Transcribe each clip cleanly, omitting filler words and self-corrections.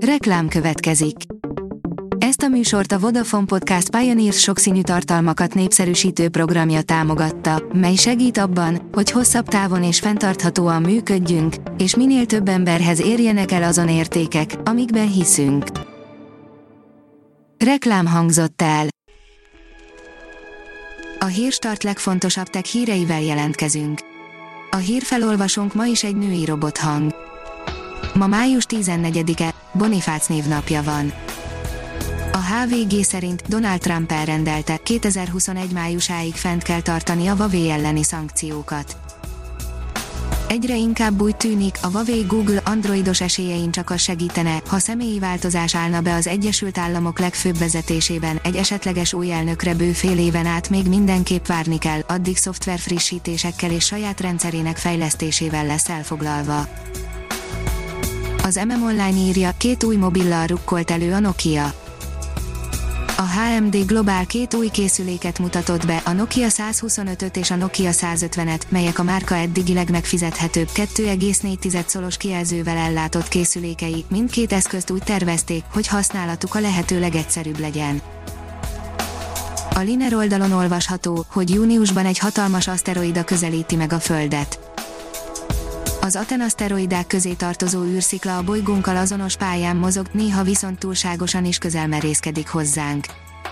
Reklám következik. Ezt a műsort a Vodafone Podcast Pioneers sokszínű tartalmakat népszerűsítő programja támogatta, mely segít abban, hogy hosszabb távon és fenntarthatóan működjünk, és minél több emberhez érjenek el azon értékek, amikben hiszünk. Reklám hangzott el. A Hírstart legfontosabb tech híreivel jelentkezünk. A hírfelolvasónk ma is egy női robothang. Ma május 14-e, Bonifác névnapja van. A HVG szerint Donald Trump elrendelte, 2021 májusáig fent kell tartani a Huawei elleni szankciókat. Egyre inkább úgy tűnik, a Huawei Google androidos esélyein csak az segítene, ha személyi változás állna be az Egyesült Államok legfőbb vezetésében, egy esetleges új elnökre bő fél éven át még mindenképp várni kell, addig szoftver frissítésekkel és saját rendszerének fejlesztésével lesz elfoglalva. Az MM Online írja, 2 új mobillal rukkolt elő a Nokia. A HMD Global 2 új készüléket mutatott be, a Nokia 125-öt és a Nokia 150-et, melyek a márka eddigi legmegfizethetőbb 2,4 szolos kijelzővel ellátott készülékei. Mindkét eszközt úgy tervezték, hogy használatuk a lehető legegyszerűbb legyen. A Liner oldalon olvasható, hogy júniusban egy hatalmas aszteroida közelíti meg a Földet. Az Aten aszteroidák közé tartozó űrszikla a bolygónkkal azonos pályán mozog, néha viszont túlságosan is közel merészkedik hozzánk.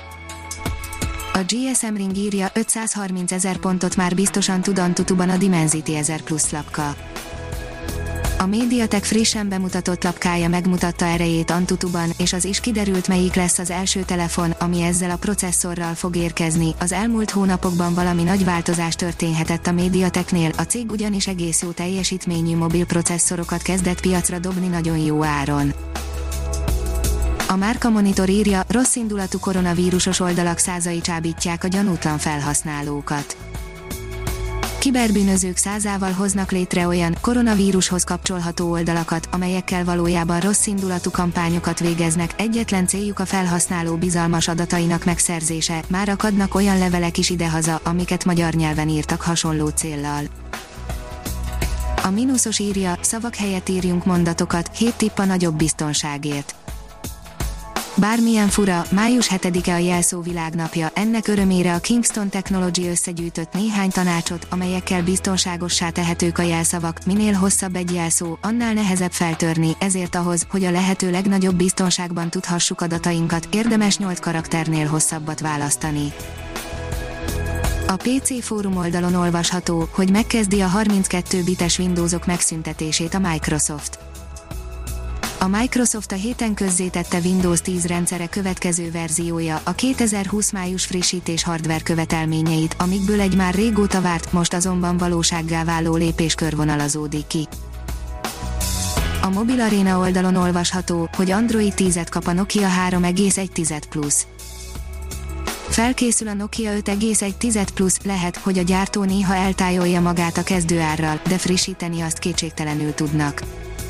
A GSM Ring írja, 530 000 pontot már biztosan tud Antutuban a Dimensity 1000 Plus lapka. A MediaTek frissen bemutatott lapkája megmutatta erejét Antutuban, és az is kiderült, melyik lesz az első telefon, ami ezzel a processzorral fog érkezni. Az elmúlt hónapokban valami nagy változás történhetett a MediaTeknél, a cég ugyanis egész jó teljesítményű mobil processzorokat kezdett piacra dobni nagyon jó áron. A Márka Monitor írja, rosszindulatú koronavírusos oldalak százai csábítják a gyanútlan felhasználókat. Kiberbűnözők százával hoznak létre olyan, koronavírushoz kapcsolható oldalakat, amelyekkel valójában rosszindulatú kampányokat végeznek, egyetlen céljuk a felhasználó bizalmas adatainak megszerzése, már akadnak olyan levelek is idehaza, amiket magyar nyelven írtak hasonló céllal. A Minusos írja, szavak helyett írjunk mondatokat, 7 tipp a nagyobb biztonságért. Bármilyen fura, május 7-e a jelszó világnapja, ennek örömére a Kingston Technology összegyűjtött néhány tanácsot, amelyekkel biztonságossá tehetők a jelszavak. Minél hosszabb egy jelszó, annál nehezebb feltörni, ezért ahhoz, hogy a lehető legnagyobb biztonságban tudhassuk adatainkat, érdemes 8 karakternél hosszabbat választani. A PC fórum oldalon olvasható, hogy megkezdi a 32 bites Windowsok megszüntetését a Microsoft. A Microsoft a héten közzétette Windows 10 rendszere következő verziója, a 2020 május frissítés hardware követelményeit, amikből egy már régóta várt, most azonban valósággá váló lépés körvonalazódik ki. A Mobil Arena oldalon olvasható, hogy Android 10-et kap a Nokia 3,1 Plus. Felkészül a Nokia 5,1 Plus, lehet, hogy a gyártó néha eltájolja magát a kezdőárral, de frissíteni azt kétségtelenül tudnak.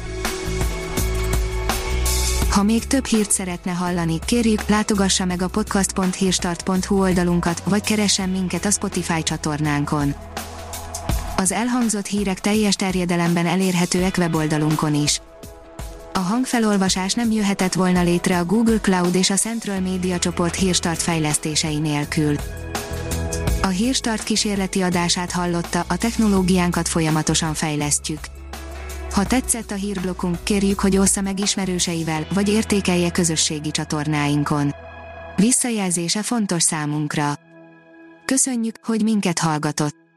Ha még több hírt szeretne hallani, kérjük, látogassa meg a podcast.hírstart.hu oldalunkat, vagy keressen minket a Spotify csatornánkon. Az elhangzott hírek teljes terjedelemben elérhetőek weboldalunkon is. A hangfelolvasás nem jöhetett volna létre a Google Cloud és a Central Media csoport Hírstart fejlesztései nélkül. A Hírstart kísérleti adását hallotta, a technológiánkat folyamatosan fejlesztjük. Ha tetszett a hírblokkunk, kérjük, hogy ossza meg ismerőseivel, vagy értékelje közösségi csatornáinkon. Visszajelzése fontos számunkra. Köszönjük, hogy minket hallgatott!